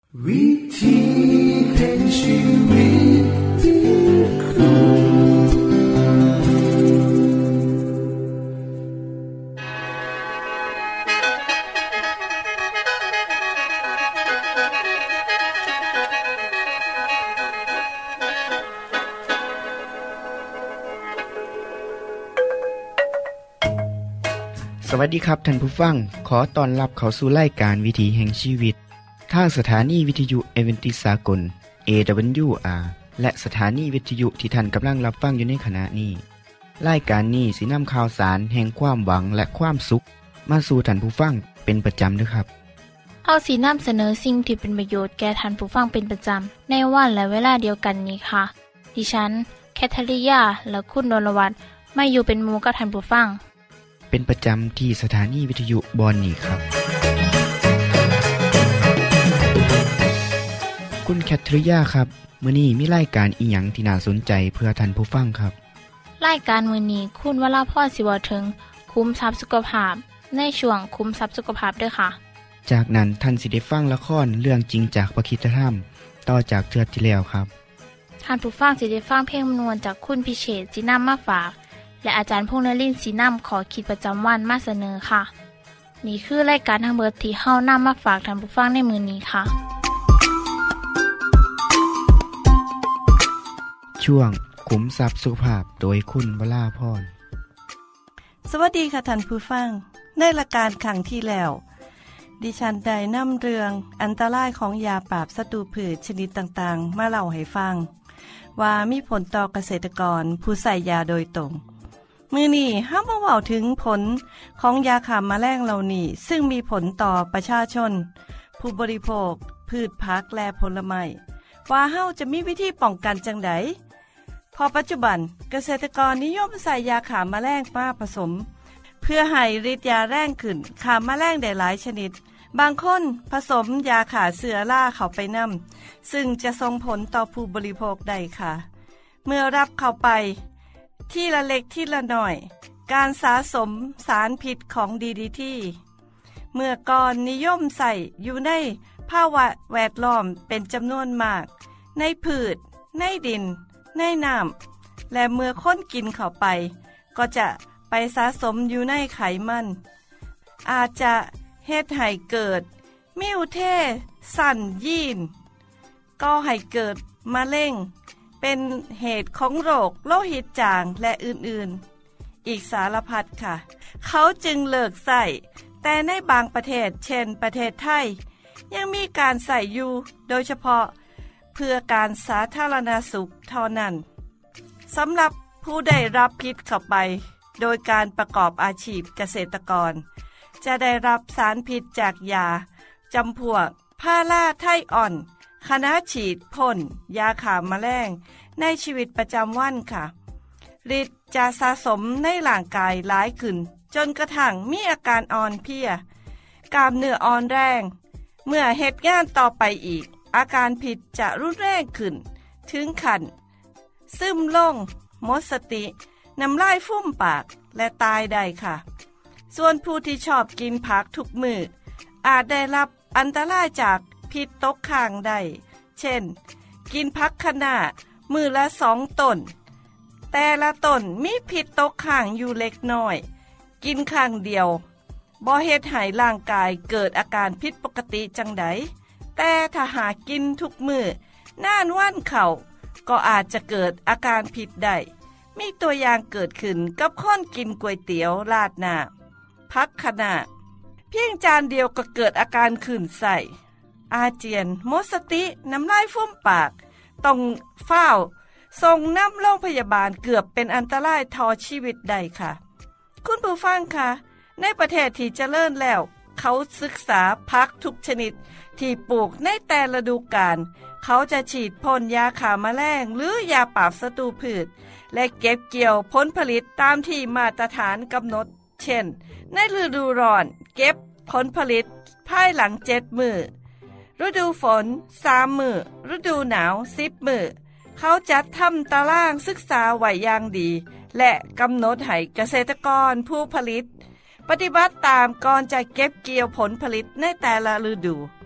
วิธีแห่งชีวิตที่คุณสวัสดีครับท่านผู้ฟังขอต้อนรับเข้าสู่รายการวิถีแห่งชีวิตทางสถานีวิทยุเอเวนติสากล AWR และสถานีวิทยุที่ท่านกำลังรับฟังอยู่ในขณะนี้รายการนี้สินำข่าวสารแห่งความหวังและความสุขมาสู่ท่านผู้ฟังเป็นประจำเด้อครับเฮาสินำเสนอสิ่งที่เป็นประโยชน์แก่ท่านผู้ฟังเป็นประจำในวันและเวลาเดียวกันนี้ค่ะดิฉันแคทริยาและคุณนรวัฒน์มาอยู่เป็นหมู่กับท่านผู้ฟังเป็นประจำที่สถานีวิทยุบอนนี่ครับคุณแคทริยาครับมื้อนี้มีรายการอีหยังที่น่าสนใจเพื่อท่านผู้ฟังครับรายการมื้อนี้คุณวราพรสิเว้าถึงคุ้มทรัพย์สุขภาพในช่วงคุ้มทรัพย์สุขภาพเด้อค่ะจากนั้นท่านสิได้ฟังละครเรื่องจริงจากพระคริสตธรรมต่อจากเทื่อที่แล้วครับท่านผู้ฟังสิได้ฟังเพลงมนวนจากคุณพิเชษฐ์สินำมาฝากและอาจารย์พงษ์นฤมลศรีนำขอคิดประจำวันมาเสนอค่ะนี่คือรายการทั้งเบิดที่เฮานำมาฝากท่านผู้ฟังในมื้อนี้ค่ะช่วงขุมทรัพย์สุขภาพโดยคุณวราพรสวัสดีค่ะท่านผู้ฟังในรายการครั้งที่แล้วดิฉันได้นำเรื่องอันตรายของยาปราบศัตรูพืชชนิดต่างๆมาเล่าให้ฟังว่ามีผลต่อเกษตรกรผู้ใส่ยาโดยตรงมื้อนี้เฮามาเว้าถึงผลของยาฆ่าแมลงเหล่านี้ซึ่งมีผลต่อประชาชนผู้บริโภคพืชผักและผลไม้ว่าเฮาจะมีวิธีป้องกันจังไดพอปัจจุบันเกษตรกรนิยมใส่ยาฆ่าแมลงมาผสมเพื่อให้ฤทธิ์ยาแรงขึ้นฆ่าแมลงได้หลายชนิดบางคนผสมยาฆ่าเชื้อราเข้าไปนำซึ่งจะส่งผลต่อผู้บริโภคได้ค่ะเมื่อรับเข้าไปที่ละเล็กที่ละน้อยการสะสมสารพิษของ DDT เมื่อก่อนนิยมใส่อยู่ในภาวะแวดล้อมเป็นจำนวนมากในพืชในดินในน้ำและเมื่อคนกินเข้าไปก็จะไปสะสมอยู่ในไขมันอาจจะเฮ็ดให้เกิดมิวเทชันยีนก็ให้เกิดมะเร็งเป็นเหตุของโรคโลหิตจางและอื่นๆอีกสารพัดค่ะเขาจึงเลิกใส่แต่ในบางประเทศเช่นประเทศไทยยังมีการใส่อยู่โดยเฉพาะเพื่อการสาธารณสุขเท่านั้นสำหรับผู้ได้รับพิษเข้าไปโดยการประกอบอาชีพเกษตรกรจะได้รับสารพิษจากยาจำพวกพาราไทออนขณะฉีดพ่นยาฆ่าแมลงในชีวิตประจำวันค่ะฤทธิ์จะสะสมในร่างกายหลายขึ้นจนกระทั่งมีอาการอ่อนเพลียกล้ามเนื้ออ่อนแรงเมื่อเหตุงานต่อไปอีกอาการผิดจะรุนแรงขึ้นถึงขั้นซึมลงหมดสติน้ำลายฟูมปากและตายได้ค่ะส่วนผู้ที่ชอบกินผักทุกมื้ออาจได้รับอันตรายจากพิษตกค้างได้เช่นกินผักคะน้ามื้อละ2 ต้นแต่ละต้นมีพิษตกค้างอยู่เล็กน้อยกินข้างเดียวบ่เฮ็ดให้ร่างกายเกิดอาการผิดปกติจังใดแต่ถ้าหากกินทุกมื้อนานวันเข้าก็อาจจะเกิดอาการผิดได้มีตัวอย่างเกิดขึ้นกับคนกินก๋วยเตี๋ยวราดหน้าผักคะน้าเพียงจานเดียวก็เกิดอาการขื่นไส้อาเจียนหมดสติน้ำลายฟูมปากต้องเฝ้าส่งน้ำโรงพยาบาลเกือบเป็นอันตรายต่อชีวิตได้ค่ะคุณผู้ฟังคะในประเทศที่เจริญแล้วเขาศึกษาผักทุกชนิดที่ปลูกในแต่ละฤดูกาลเขาจะฉีดพ่นยาฆ่าแมลงหรือยาปราบศัตรูพืชและเก็บเกี่ยวผลผลิตตามที่มาตรฐานกำหนดเช่นในฤดูร้อนเก็บผลผลิตภายหลัง7 มื้อฤดูฝน3 มื้อฤดูหนาว10 มื้อเขาจัดทำตารางศึกษาไว้อย่างดีและกำหนดให้เกษตรกรผู้ผลิตปฏิบัติตามก่อนจะเก็บเกี่ยวผลผลิตในแต่ละฤดู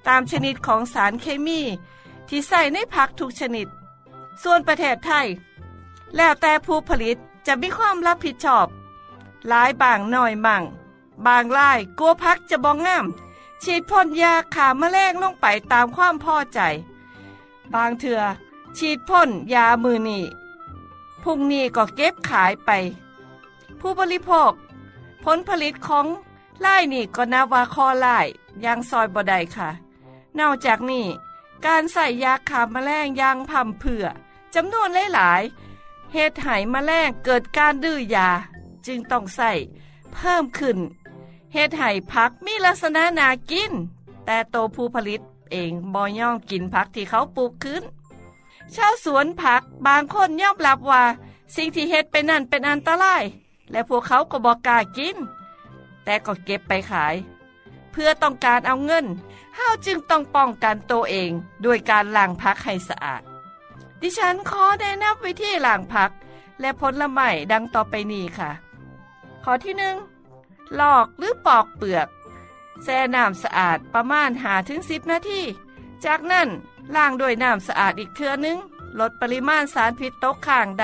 ตามชนิดของสารเคมีที่ใส่ในผักทุกชนิดส่วนประเทศไทยแล้วแต่ผู้ผลิตจะมีความรับผิดชอบหลายบางน้อยมั่งบางรายกลัวผักจะบ่งามฉีดพ่นยาฆ่าแมลงลงไปตามความพอใจบางเถื่อฉีดพ่นยามือนี่พรุ่งนี้ก็เก็บขายไปผู้บริโภคผลผลิตของไร่นี่ก็นับว่าคอไร่ยังซอยบ่ได้ค่ะนอกจากนี้การใส่ยาฆ่าแมลงยางพร่ำเพรื่อจำนวนหลายๆเฮ็ดให้แมลงเกิดการดื้อยาจึงต้องใส่เพิ่มขึ้นเฮ็ดให้ผักมีลักษณะน่ากินแต่โตผู้ผลิตเองบ่ย่องกินผักที่เขาปลูกขึ้นชาวสวนผักบางคนยอมรับว่าสิ่งที่เฮ็ดไปนั่นเป็นอันตรายและพวกเขาก็บ่กล้ากินแต่ก็เก็บไปขายเพื่อต้องการเอาเงินเฮาจึงต้องป้องกันตัวเองด้วยการล้างผักให้สะอาดดิฉันขอแนะนำวิธีล้างผักและผลไม้ดังต่อไปนี้ค่ะข้อที่1ลอกหรือปอกเปลือกแช่น้ำสะอาดประมาณ 5-10 นาทีจากนั้นล้างด้วยน้ำสะอาดอีกเทื่อนึงลดปริมาณสารพิษตกค้างได้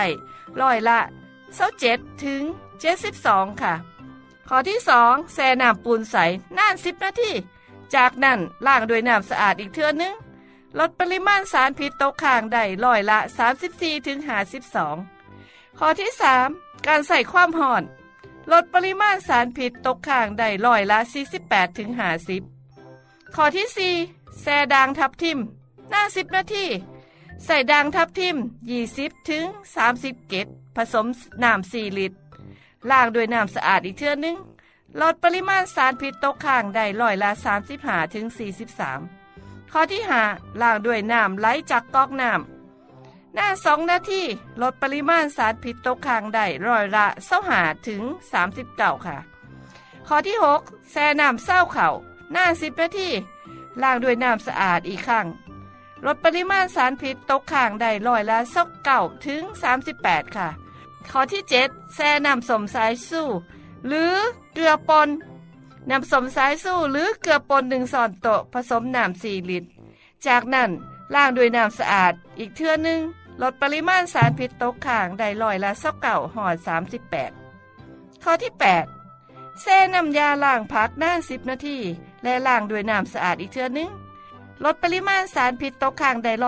27-72%ค่ะข้อที่2แช่น้ำปูนใสนาน10 นาทีจากนั้นล้างด้วยน้ำสะอาดอีกเทื่อนึงลดปริมาณสารพิษตกค้างได้34-52%ข้อที่3การใส่ความร้อนลดปริมาณสารพิษตกค้างได้48-50%ข้อที่4แช่ด่างทับทิมนาน10 นาทีใส่ด่างทับทิม 20-30 เกตผสมน้ำ4 ลิตรล้างด้วยน้ำสะอาดอีกเทื่อนึงลดปริมาณสารพิษตกค้างได้35-43%ข้อที่5ล้างด้วยน้ำไหลจากก๊อกน้ำนาน2 นาทีลดปริมาณสารพิษตกค้างได้25-39%ค่ะข้อที่6แช่น้ำเศร้าเข่านาน10 นาทีล้างด้วยน้ำสะอาดอีกครั้งลดปริมาณสารพิษตกค้างได้29-38%ค่ะข้อที่7แช่น้ำส้มสายสู้หรือเกลือป่นน้ำส้มสายสู้หรือเกลือป่น1 ช้อนโต๊ะผสมน้ำ4 ลิตรจากนั้นล้างด้วยน้ำสะอาดอีกเทื่อนึงลดปริมาณสารพิษตกค้างได้29-38%ข้อที่8แช่น้ำยาล้างผักนาน10 นาทีและล้างด้วยน้ำสะอาดอีกเทื่อนึงลดปริมาณสารพิษตกค้างได้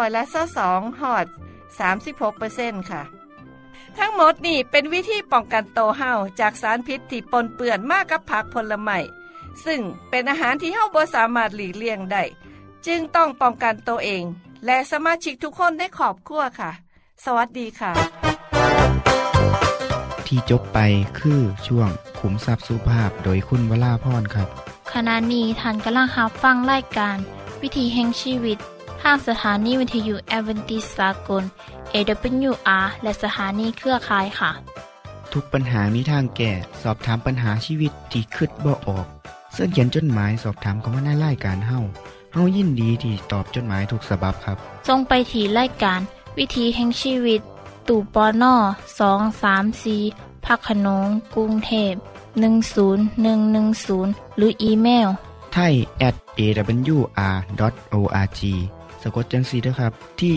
22-36%ค่ะทั้งหมดนี่เป็นวิธีป้องกันโตวเฮาจากสารพิษที่ปนเปื้อนมากับผักผลไม้ซึ่งเป็นอาหารที่เฮาบ่สามารถหลีกเลี่ยงได้จึงต้องป้องกันตัวเองและสมาชิกทุกคนในครอบครัวค่ะสวัสดีค่ะที่จบไปคือช่วงขุมทรัพย์สุภาพโดยคุณวราพรครับขณะนี้ท่านกำลังรับฟังรายการวิถีแห่งชีวิตทางสถานีวิทยุแอดเวนทิสต์สากล AWR และสถานีเครือข่ายค่ะทุกปัญหามีทางแก้สอบถามปัญหาชีวิตที่คิดบ่ออกเสิร์ชเขียนจดหมายสอบถามเข้ามาในรายการเฮายินดีที่ตอบจดหมายทุกฉบับครับส่งไปที่รายการวิถีแห่งชีวิตตู้ปน234พักขนงกรุงเทพ10110หรืออีเมล thai@awr.org สะกดจังซี่เด้อครับที่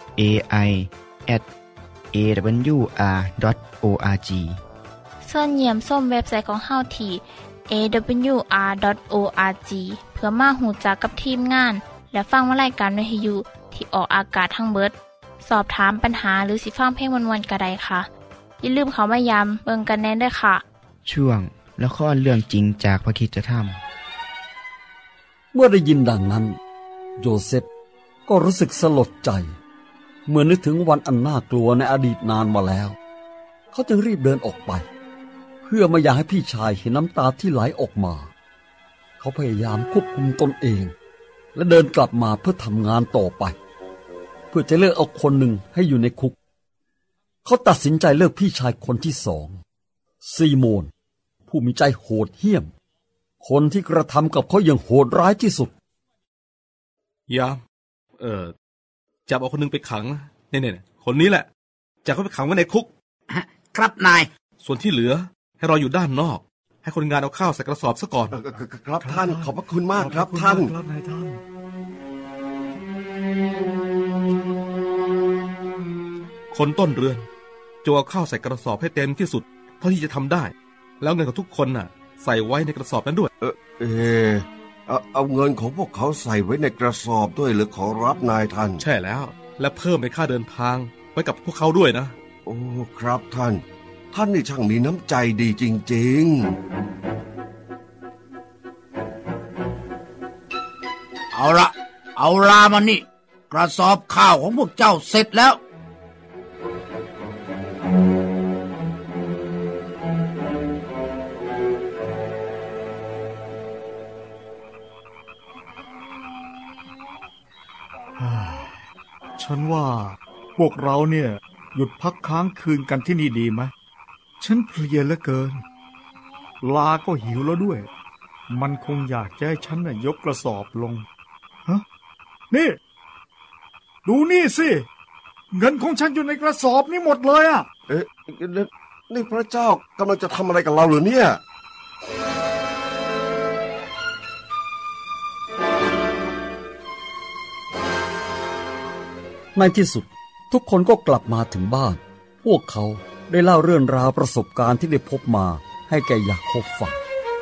hai@awr.org เชิญเยี่ยมชมเว็บไซต์ของเฮาที่ awr.org เพื่อมาหูจักกับทีมงานและฟังรายการวิทยุที่ออกอากาศทั้งเบิดสอบถามปัญหาหรือสิฟังเพลงม่วนๆก็ได้ค่ะอย่าลืมเข้ามาย้ำเบิ่งกันแน่นด้วยค่ะช่วงละครเรื่องจริงจากพระคริสตธรรมเมื่อได้ยินดังนั้นโยเซฟก็รู้สึกสลดใจเมื่อนึกถึงวันอันน่ากลัวในอดีตนานมาแล้วเขาจึงรีบเดินออกไปเพื่อไม่อยากให้พี่ชายเห็นน้ำตาที่ไหลออกมาเขาพยายามควบคุมตนเองและเดินกลับมาเพื่อทำงานต่อไปเพื่อจะเลือกเอาคนหนึ่งให้อยู่ในคุกเขาตัดสินใจเลือกพี่ชายคนที่2ซีโมนผู้มีใจโหดเหี้ยมคนที่กระทำกับเขาอย่างโหดร้ายที่สุดยามจับเอาคนนึงไปขังเนี่ยคนนี้แหละจับเขาไปขังไว้ในคุกครับนายส่วนที่เหลือให้รออยู่ด้านนอกให้คนงานเอาข้าวใส่กระสอบซะก่อนครับท่านขอบพระคุณมากครับท่านครับนายท่านคนต้นเรือนจงเอาข้าวใส่กระสอบให้เต็มที่สุดเท่าที่จะทำได้แล้วเงินของทุกคนน่ะใส่ไว้ในกระสอบนั้นด้วยเอาเงินของพวกเขาใส่ไว้ในกระสอบด้วยหรือขอรับนายท่านใช่แล้วและเพิ่มเป็นค่าเดินทางไว้กับพวกเขาด้วยนะโอ้ครับท่านนี่ช่างมีน้ำใจดีจริงๆเอาลามานี่กระสอบข้าวของพวกเจ้าเสร็จแล้วฉันว่าพวกเราเนี่ยหยุดพักค้างคืนกันที่นี่ดีไหมฉันเพลียเหลือเกินลาก็หิวแล้วด้วยมันคงอยากจะให้ฉันน่ะยกกระสอบลงฮะนี่ดูนี่สิเงินของฉันอยู่ในกระสอบนี่หมดเลยอ่ะนี่พระเจ้ากำลังจะทำอะไรกับเราหรือเนี่ยในที่สุดทุกคนก็กลับมาถึงบ้านพวกเขาได้เล่าเรื่องราวประสบการณ์ที่ได้พบมาให้แก่ยาโคบฟัง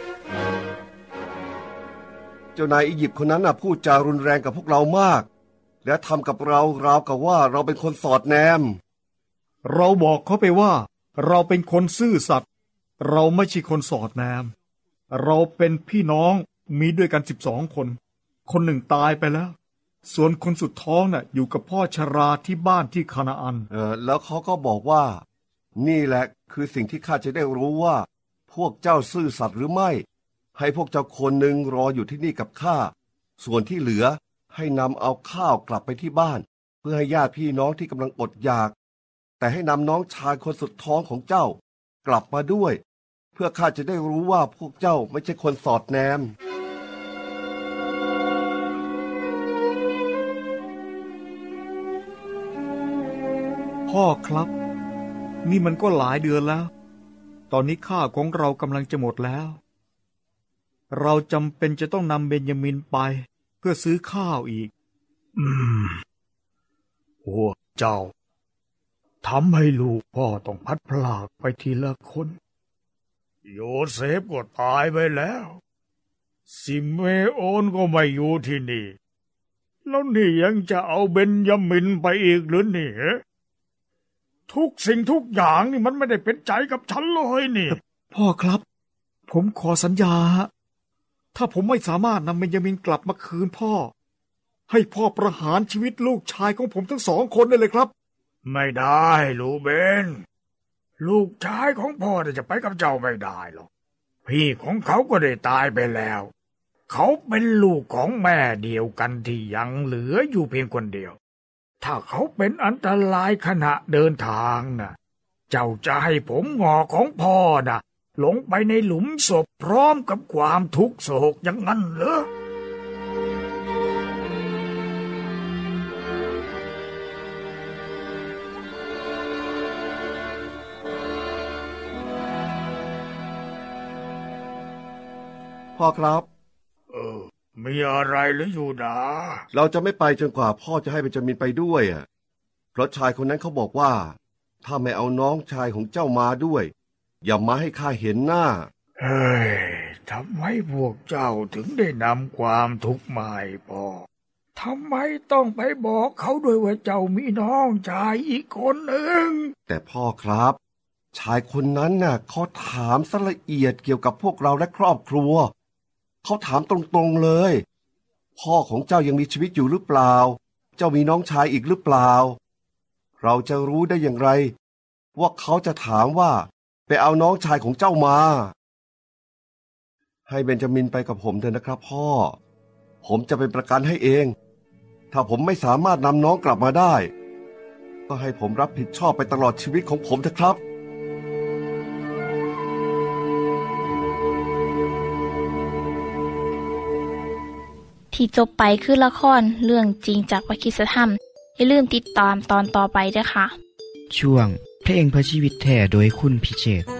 เจ้านายอียิปต์คนนั้นพูดจารุนแรงกับพวกเรามากและทำกับเราราวกับว่าเราเป็นคนสอดแนมเราบอกเขาไปว่าเราเป็นคนซื่อสัตย์เราไม่ใช่คนสอดแนมเราเป็นพี่น้องมีด้วยกัน12 คนคนหนึ่งตายไปแล้วส่วนคนสุดท้องน่ะอยู่กับพ่อชราที่บ้านที่คานาอันแล้วเขาก็บอกว่านี่แหละคือสิ่งที่ข้าจะได้รู้ว่าพวกเจ้าซื่อสัตย์หรือไม่ให้พวกเจ้าคนหนึ่งรออยู่ที่นี่กับข้าส่วนที่เหลือให้นำเอาข้าวกลับไปที่บ้านเพื่อให้ญาติพี่น้องที่กำลังอดอยากแต่ให้นำน้องชายคนสุดท้องของเจ้ากลับมาด้วยเพื่อข้าจะได้รู้ว่าพวกเจ้าไม่ใช่คนสอดแนมพ่อครับนี่มันก็หลายเดือนแล้วตอนนี้ข้าวของเรากำลังจะหมดแล้วเราจำเป็นจะต้องนำเบนยามินไปเพื่อซื้อข้าวอีกพวกเจ้าทำให้ลูกพ่อต้องพัดพรากไปทีละคนโยเซฟก็ตายไปแล้วซิเมโอนก็ไม่อยู่ที่นี่แล้วนี่ยังจะเอาเบนยามินไปอีกหรือนี่ทุกสิ่งทุกอย่างนี่มันไม่ได้เป็นใจกับฉันเลยนี่พ่อครับผมขอสัญญาถ้าผมไม่สามารถนำเบนยามินกลับมาคืนพ่อให้พ่อประหารชีวิตลูกชายของผมทั้ง2 คนได้เลยครับไม่ได้ลูกเบนลูกชายของพ่อจะไปกับเจ้าไม่ได้หรอกพี่ของเขาก็ได้ตายไปแล้วเขาเป็นลูกของแม่เดียวกันที่ยังเหลืออยู่เพียงคนเดียวถ้าเขาเป็นอันตรายขณะเดินทางนะเจ้าจะให้ผมงอกของพ่อนะลงไปในหลุมศพพร้อมกับความทุกข์โศกอย่างนั้นเหรอพ่อครับมีอะไรหรือยูดาเราจะไม่ไปจนกว่าพ่อจะให้เบนจามินไปด้วยเพราะชายคนนั้นเขาบอกว่าถ้าไม่เอาน้องชายของเจ้ามาด้วยอย่ามาให้ข้าเห็นหน้าเฮ้ยทำไมพวกเจ้าถึงได้นำความทุกข์มาให้พ่อทำไมต้องไปบอกเขาด้วยว่าเจ้ามีน้องชายอีกคนหนึ่งแต่พ่อครับชายคนนั้นน่ะเขาถามละเอียดเกี่ยวกับพวกเราและครอบครัวเขาถามตรงๆเลยพ่อของเจ้ายังมีชีวิตอยู่หรือเปล่าเจ้ามีน้องชายอีกหรือเปล่าเราจะรู้ได้อย่างไรว่าเขาจะถามว่าไปเอาน้องชายของเจ้ามาให้เบนจามินไปกับผมเถอะนะครับพ่อผมจะเป็นประกันให้เองถ้าผมไม่สามารถนำน้องกลับมาได้ก็ให้ผมรับผิดชอบไปตลอดชีวิตของผมเถอะครับที่จบไปคือละครเรื่องจริงจากวคิสธรรมอย่าลืมติดตามตอนต่อไปด้วยค่ะช่วงเพลงเพื่อชีวิตแท้โดยคุณพิเชษฐ์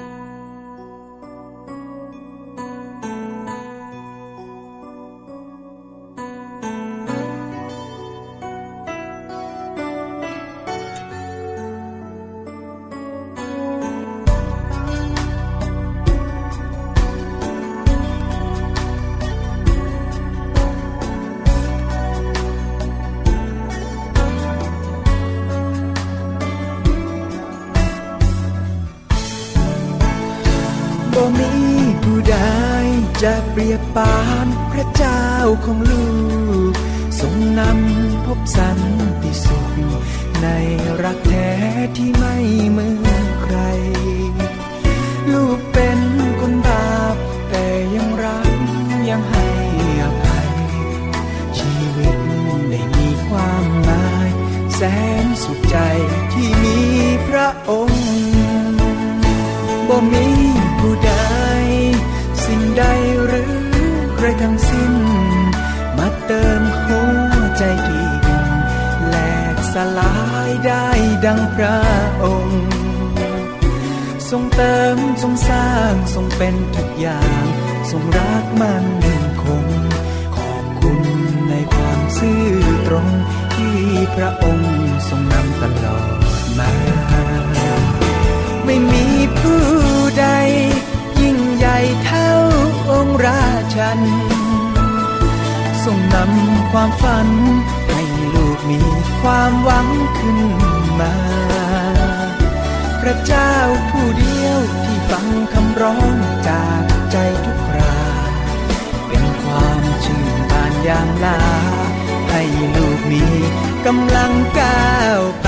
จะเปรียบปานพระเจ้าของลูกทรงนำพบสันติสุขในรักแท้ที่ไม่เหมือนใครลูกเป็นคนบาปแต่ยังรักยังให้อภัยชีวิตได้มีความหมายแสนสุขใจที่มีพระองค์บ่มีผู้ใดสิ่งใดหรือใครทั้งสิ้นมาเติมหัวใจที่ดินแหลกสลายได้ดังพระองค์ทรงเติมทรงสร้างทรงเป็นทุกอย่างทรงรักมั่นคงขอบคุณในความซื่อตรงที่พระองค์ทรงนำตลอดมาไม่มีผู้ใดยิ่งใหญ่เท่าองค์ราชันทรงนำความฝันให้ลูกมีความหวังขึ้นมาพระเจ้าผู้เดียวที่ฟังคำร้องจากใจทุกคราเป็นความชื่นบานยามลาให้ลูกมีกำลังก้าวไป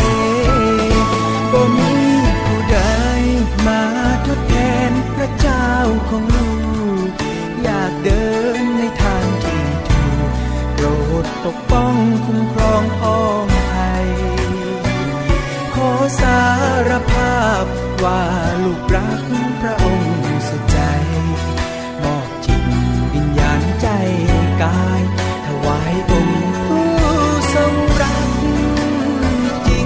บ่มีผู้ใดมาทดแทนพระเจ้าของลูกอยากเดินในทางที่ถูกโปรดปกป้องคุ้มครองพ้องไทยขอสารภาพว่าลูกรักพระองค์สุดใจมอบจิตวิญญาณใจกายถวายองค์ผู้ทรงรักจริง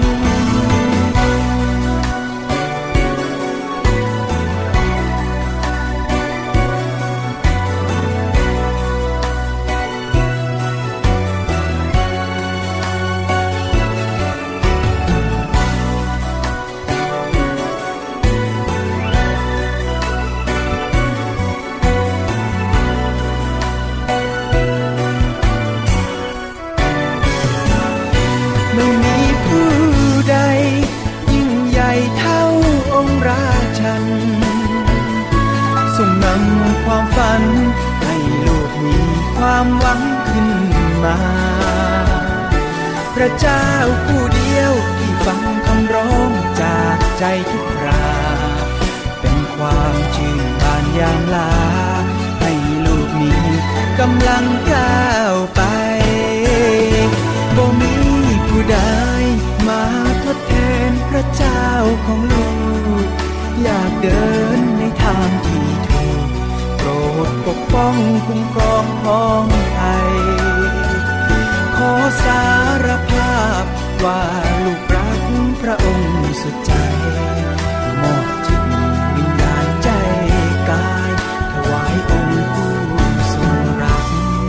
ความฝันให้ลูกมีความหวังขึ้นมาพระเจ้าผู้เดียวที่ฟังคำร้องจากใจทุกคราเป็นความชื่นบานยามลาให้ลูกมีกำลังก้าวไปบ่มีผู้ใดมาทดแทนพระเจ้าของลูกอยากเดินในทางที่ถูกโปรดปกป้องคุ้มครองพ้องไทยขอสารภาพว่าลูกรักพระองค์สุดใจมอบจิตวิญญาณใจกายถวายองค์ผู้ทรงรัก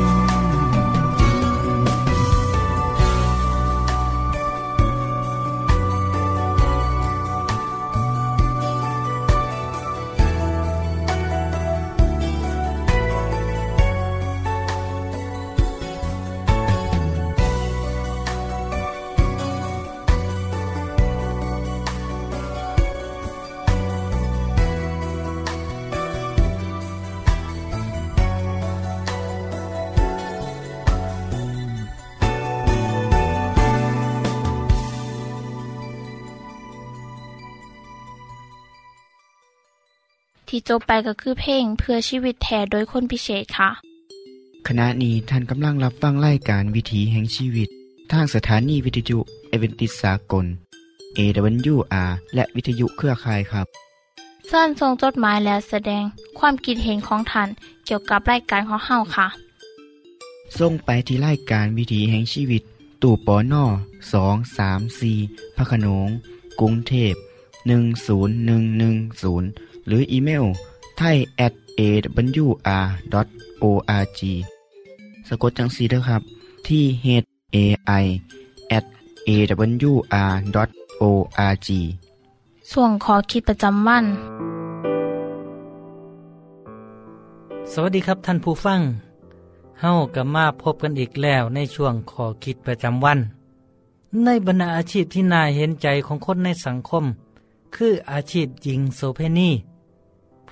ที่จบไปก็คือเพลงเพื่อชีวิตแท้โดยคนพิเศษค่ะขณะนี้ท่านกำลังรับฟังรายการวิถีแห่งชีวิตทางสถานีวิทยุเอเวนติสากล AWR และวิทยุเครือข่ายครับเชิญส่งจดหมายและแสดงความคิดเห็นของท่านเกี่ยวกับรายการของเฮาค่ะส่งไปที่รายการวิถีแห่งชีวิตตู้ปน234พระโขนงกรุงเทพ10110หรืออีเมล thai@awr.org สะกดจังสีด้วยครับที่ thai@awr.org ส่วนขอคิดประจำวันสวัสดีครับท่านผู้ฟังเฮาก็มาพบกันอีกแล้วในช่วงขอคิดประจำวันในบรรดาอาชีพที่น่าเห็นใจของคนในสังคมคืออาชีพหญิงโสเภณีเพราะ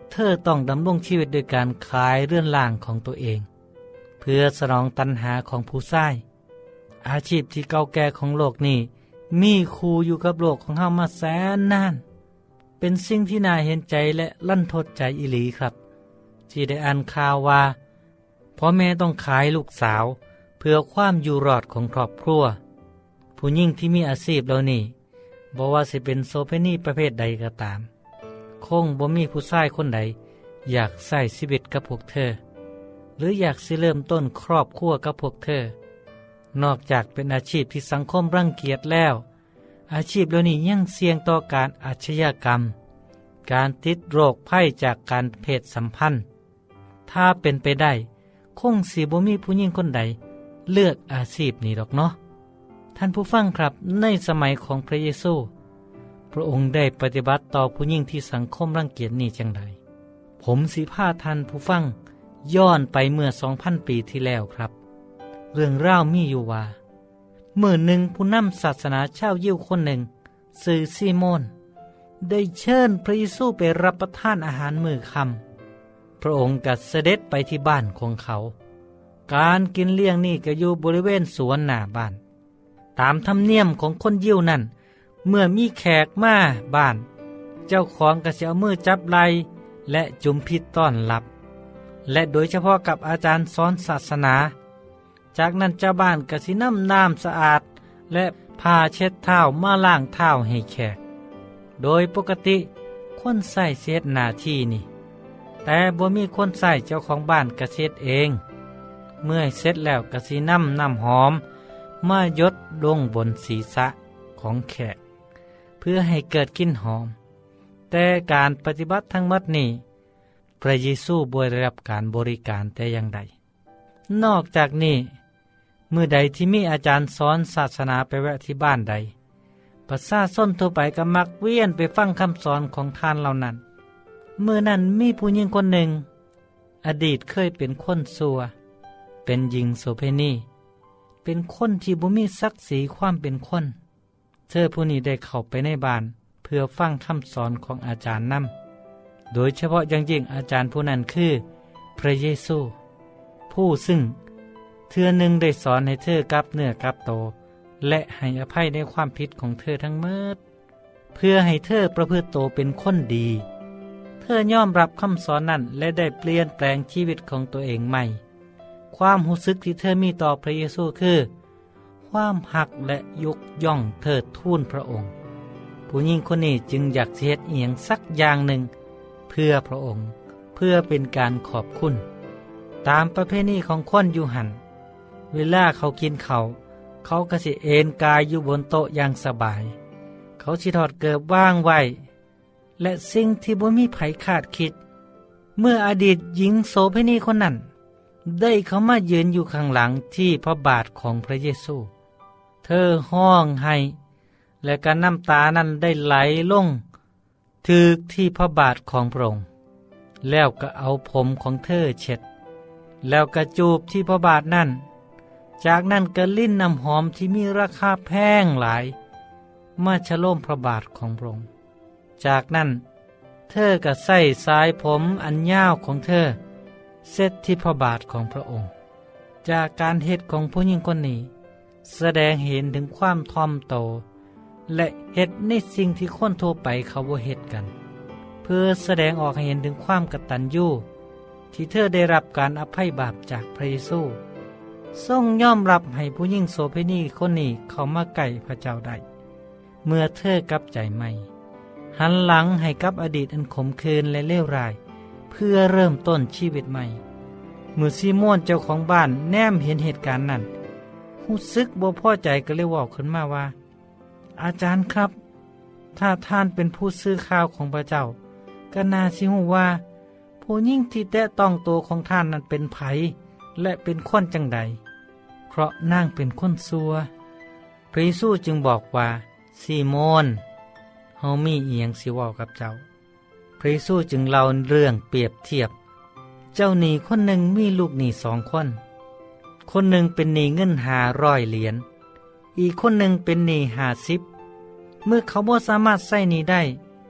เธอต้องดำรงชีวิตโดยการขายเรือนร่างของตัวเองเพื่อสนองตัณหาของผู้ชายอาชีพที่เก่าแก่ของโลกนี้มีคู่อยู่กับโลกของเฮามาแสนนานเป็นสิ่งที่น่าเห็นใจและลั่นทดใจอีหลีครับที่ได้อ่านข่าวว่าพ่อแม่ต้องขายลูกสาวเพื่อความอยู่รอดของครอบครัวผู้หญิงที่มีอาชีพเหล่านี้บ่ว่าสิเป็นโสเภณีประเภทใดก็ตามคงบ่มีผู้ชายคนใดอยากใช้ชีวิตกับพวกเธอหรืออยากสิเริ่มต้นครอบครัวกับพวกเธอนอกจากเป็นอาชีพที่สังคมรังเกียจแล้วอาชีพเหล่านี้ยังเสี่ยงต่อการอาชญากรรมการติดโรคภัยจากการเพศสัมพันธ์ถ้าเป็นไปได้คงสิบ่มีผู้หญิงคนใดเลือกอาชีพนี้ดอกเนาะท่านผู้ฟังครับในสมัยของพระเยซูพระองค์ได้ปฏิบัติต่อผู้หญิงที่สังคมรังเกียจนี้จังไดผมสิพาท่านผู้ฟังย้อนไปเมื่อ 2,000 ปีที่แล้วครับเรื่องราวมีอยู่ว่าเมื่อหนึ่งผู้นำศาสนาชาวยิวคนหนึ่งชื่อซีโมนได้เชิญพระเยซูไปรับประทานอาหารมื้อค่ำพระองค์ก็เสด็จไปที่บ้านของเขาการกินเลี้ยงนี่ก็อยู่บริเวณสวนหน้าบ้านตามธรรมเนียมของคนยิวนั่นเมื่อมีแขกมาบ้านเจ้าของก็จะเอามือจับไหล่และจุมพิษต้อนรับและโดยเฉพาะกับอาจารย์สอนศาสนาจากนั้นเจ้าบ้านก็สินำน้ำสะอาดและผ้าเช็ดเท้ามาล้างเท้าให้แขกโดยปกติคนใส่เช็ดหน้าที่นี่แต่บ่มีคนใส่เจ้าของบ้านก็เช็ดเองเมื่อเสร็จแล้วก็สินำน้ำหอมมายดลงบนศีรษะของแขกเพื่อให้เกิดกลิ่นหอมแต่การปฏิบัติทั้งหมดนี้พระเยซูบ่ได้รับการบริการแต่อย่างใดนอกจากนี้เมื่อใดที่มีอาจารย์สอนศาสนาไปแวะที่บ้านใดประชาชนทั่วไปก็มักเวียนไปฟังคำสอนของท่านเหล่านั้นเมื่อนั้นมีผู้หญิงคนหนึ่งอดีตเคยเป็นคนชั่วเป็นหญิงโสเภณีเป็นคนที่บ่มีศักดิ์ศรีความเป็นคนเธอผู้นี้ได้เข้าไปในบ้านเพื่อฟังคำสอนของอาจารย์นำโดยเฉพาะอย่างยิ่งอาจารย์ผู้นั้นคือพระเยซูผู้ซึ่งเทื่อหนึ่งได้สอนให้เธอกลับเนื้อกลับโตวและให้อภัยในความผิดของเธอทั้งหมดเพื่อให้เธอประพฤติโตเป็นคนดีเธอยอมรับคำสอนนั้นและได้เปลี่ยนแปลงชีวิตของตัวเองใหม่ความรู้สึกที่เธอมีต่อพระเยซูคือความหักและยกย่องเทิดทูนพระองค์ผู้หญิงคนนี้จึงอยากเฮ็ดเอียงสักอย่างหนึ่งเพื่อพระองค์เพื่อเป็นการขอบคุณตามประเพณีของคนอยู่หันเวลาเขากินเขาก็สิเอนกายอยู่บนโต๊ะอย่างสบายเขาสิถอดเกิบว่างไว้และสิ่งที่บ่มีไผคาดคิดเมื่ออดีตหญิงโสเภณีคนนั้นได้เข้ามายืนอยู่ข้างหลังที่พระบาทของพระเยซูเธอห้องให้และก็น้ำตานั้นได้ไหลลงถึกที่พระบาทของพระองค์แล้วก็เอาผมของเธอเช็ดแล้วก็จูบที่พระบาทนั่นจากนั้นก็ลิ้นน้ำหอมที่มีราคาแพงหลายมาฉโลมพระบาทของพระองค์จากนั้นเธอก็ใส่สายผมอันยาวของเธอเสร็จที่พระบาทของพระองค์จากการเฮ็ดของผู้หญิงคนนี้แสดงเห็นถึงความถ่อมโตและเฮ็ดในสิ่งที่คนทั่วไปเขาบ่เฮ็ดกันเพื่อแสดงออกให้เห็นถึงความกตัญญูที่เธอได้รับการอภัยบาปจากพระเยซูทรงยอมรับให้ผู้หญิงโสเภณีคนนี้เข้ามาใกล้พระเจ้าได้เมื่อเธอกลับใจใหม่หันหลังให้กับอดีตอันขมขื่นและเลวร้ายเพื่อเริ่มต้นชีวิตใหม่เมื่อซีโมนเจ้าของบ้านแนมเห็นเหตุการณ์นั้นรู้สึกบ่พอใจก็เลยเว้าขึ้นมาว่าอาจารย์ครับถ้าท่านเป็นผู้ซื้อข่าวของพระเจ้าก็น่าสิฮู้ว่าผู้หญิงที่แตะต้องตัวของท่านนั้นเป็นไผและเป็นคนจังใดเพราะนางเป็นคนซัวพระเยซูจึงบอกว่าซีโมนเฮามีเอียงสิเว้ากับเจ้าพระเยซูจึงเล่าเรื่องเปรียบเทียบเจ้าหนี้คนหนึ่งมีลูกหนี้2 คนคนหนึ่งเป็นหนี้เงิน500 เหรียญอีกคนหนึ่งเป็นหนี้50เมื่อเขาบ่สามารถใช้หนี้ได้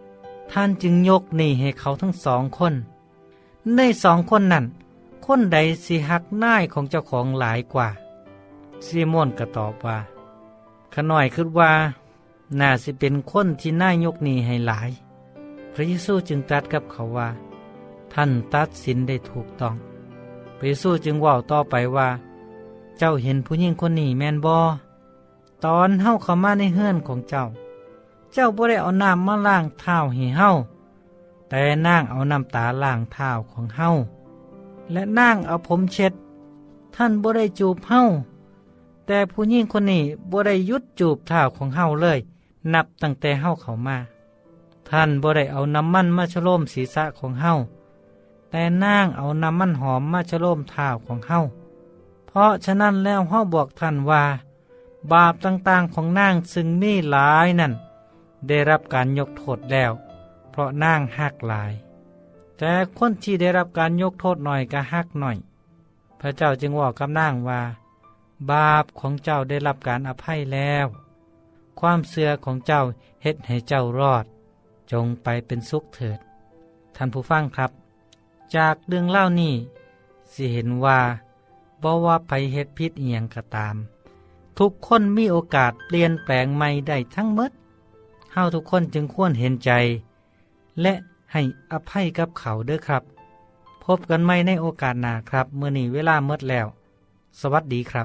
ท่านจึงยกหนี้ให้เขาทั้ง2 คนใน2 คนนั้นคนใดสิฮักนายของเจ้าของหลายกว่าซีโมนก็ตอบว่าข้าน้อยคิดว่าน่าสิเป็นคนที่นายยกหนี้ให้หลายพระเยซูจึงตรัสกับเขาว่าท่านตัดสินได้ถูกต้องพระเยซูจึงว่าต่อไปว่าเจ้าเห็นผู้หญิงคนนี้แม่นบ่ตอนเฮาเข้ามาในเฮือนของเจ้าบ่ได้เอาน้ำมาล้างเท้าให้เฮาแต่นางเอาน้ำตาล้างเท้าของเฮาและนางเอาผมเช็ดท่านบ่ได้จูบเฮาแต่ผู้หญิงคนนี้บ่ได้หยุดจูบเท้าของเฮาเลยนับตั้งแต่เฮาเข้ามาท่านบ่ได้เอาน้ำมันมาฉโลมศีรษะของเฮาแต่นางเอาน้ำมันหอมมาฉโลมเท้าของเฮาเพราะฉะนั้นแล้วเฮาบอกท่านว่าบาปต่างๆของนางซึ่งมีหลายนั่นได้รับการยกโทษแล้วเพราะนางฮักหลายแต่คนที่ได้รับการยกโทษหน่อยก็ฮักหน่อยพระเจ้าจึงว่ากับนางว่าบาปของเจ้าได้รับการอภัยแล้วความเชื่อของเจ้าเฮ็ดให้เจ้ารอดจงไปเป็นสุขเถิดท่านผู้ฟังครับจากเรื่องเล่านี้สิเห็นว่าบ่ว่าไผเฮ็ดผิดอีหยังก็ตามทุกคนมีโอกาสเปลี่ยนแปลงใหม่ได้ทั้งหมดเฮาทุกคนจึงควรเห็นใจและให้อภัยกับเขาเด้อครับพบกันใหม่ในโอกาสหน้าครับมื้อนี้เวลาหมดแล้วสวัสดีครับ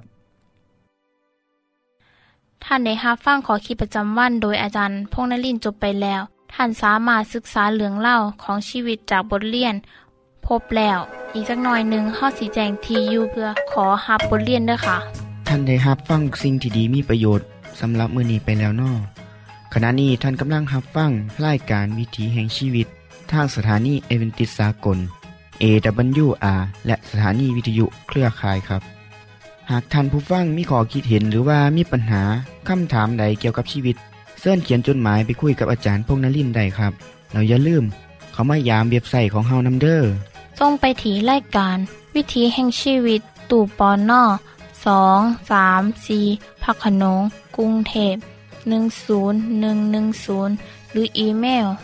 ท่านได้รับฟังขอคิดประจำวันโดยอาจารย์พงษ์นฤมลจบไปแล้วท่านสามารถศึกษาเรื่องเล่าของชีวิตจากบทเรียนพบแล้วอีกสักหน่อยหนึ่งข้อสีแจงทีอยู่เพื่อขอรับบทเรียนด้วยค่ะท่านได้รับฟังสิ่งที่ดีมีประโยชน์สำหรับมื้อนี้ไปแล้วน้อขณะนี้ท่านกำลังรับฟังรายการวิถีแห่งชีวิตทางสถานีเอเวนติสากล AWR และสถานีวิทยุเครือข่ายครับหากท่านผู้ฟังมีข้อคิดเห็นหรือว่ามีปัญหาคำถามใดเกี่ยวกับชีวิตเชิญเขียนจดหมายไปคุยกับอาจารย์พงษ์นฤมลได้ครับแล้วอย่าลืมเข้ามายามเว็บไซต์ของเฮานำเด้อส่งไปที่รายการวิถีแห่งชีวิตตู่ปน234พระโขนงกรุงเทพ10110หรืออีเมล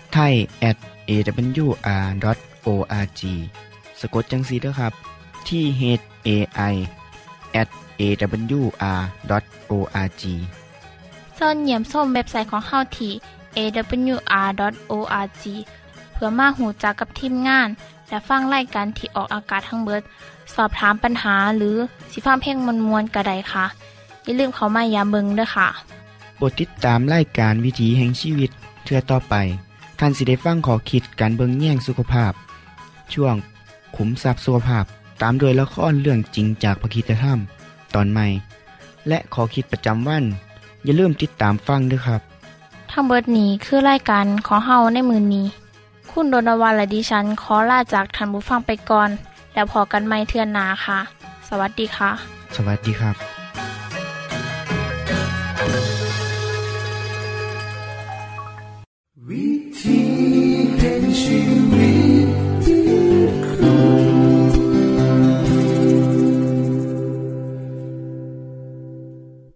thai@awr.org สะกดจังซี่เด้อครับที่ thai@awr.org ส่วนเยี่ยมชมเว็บไซต์ของเฮาที่ awr.org เพื่อมาหูจักกับทีมงานและฟังรายการที่ออกอากาศทั้งเบิดสอบถามปัญหาหรือสิฟังเพลงมวลๆก็ได้ค่ะอย่าลืมเข้ามายามเบิ่งด้วยค่ะโปรดติดตามรายการวิถีแห่งชีวิตเทื่อต่อไปท่านสิได้ฟังขอคิดการเบิ่งแย่งสุขภาพช่วงขุมทรัพย์สุขภาพตามโดยละครเรื่องจริงจากพระคริสตธรรมตอนใหม่และขอคิดประจำวันอย่าลืมติดตามฟังด้วยครับทั้งเบิดนี้คือรายการของเฮาในมื้อนี้คุณโดนวาและดิฉันขอลาจากท่านผู้ฟังไปก่อนแล้วพอกันใหม่เทื่อหน้าค่ะสวัสดีค่ะสวัสดีครับ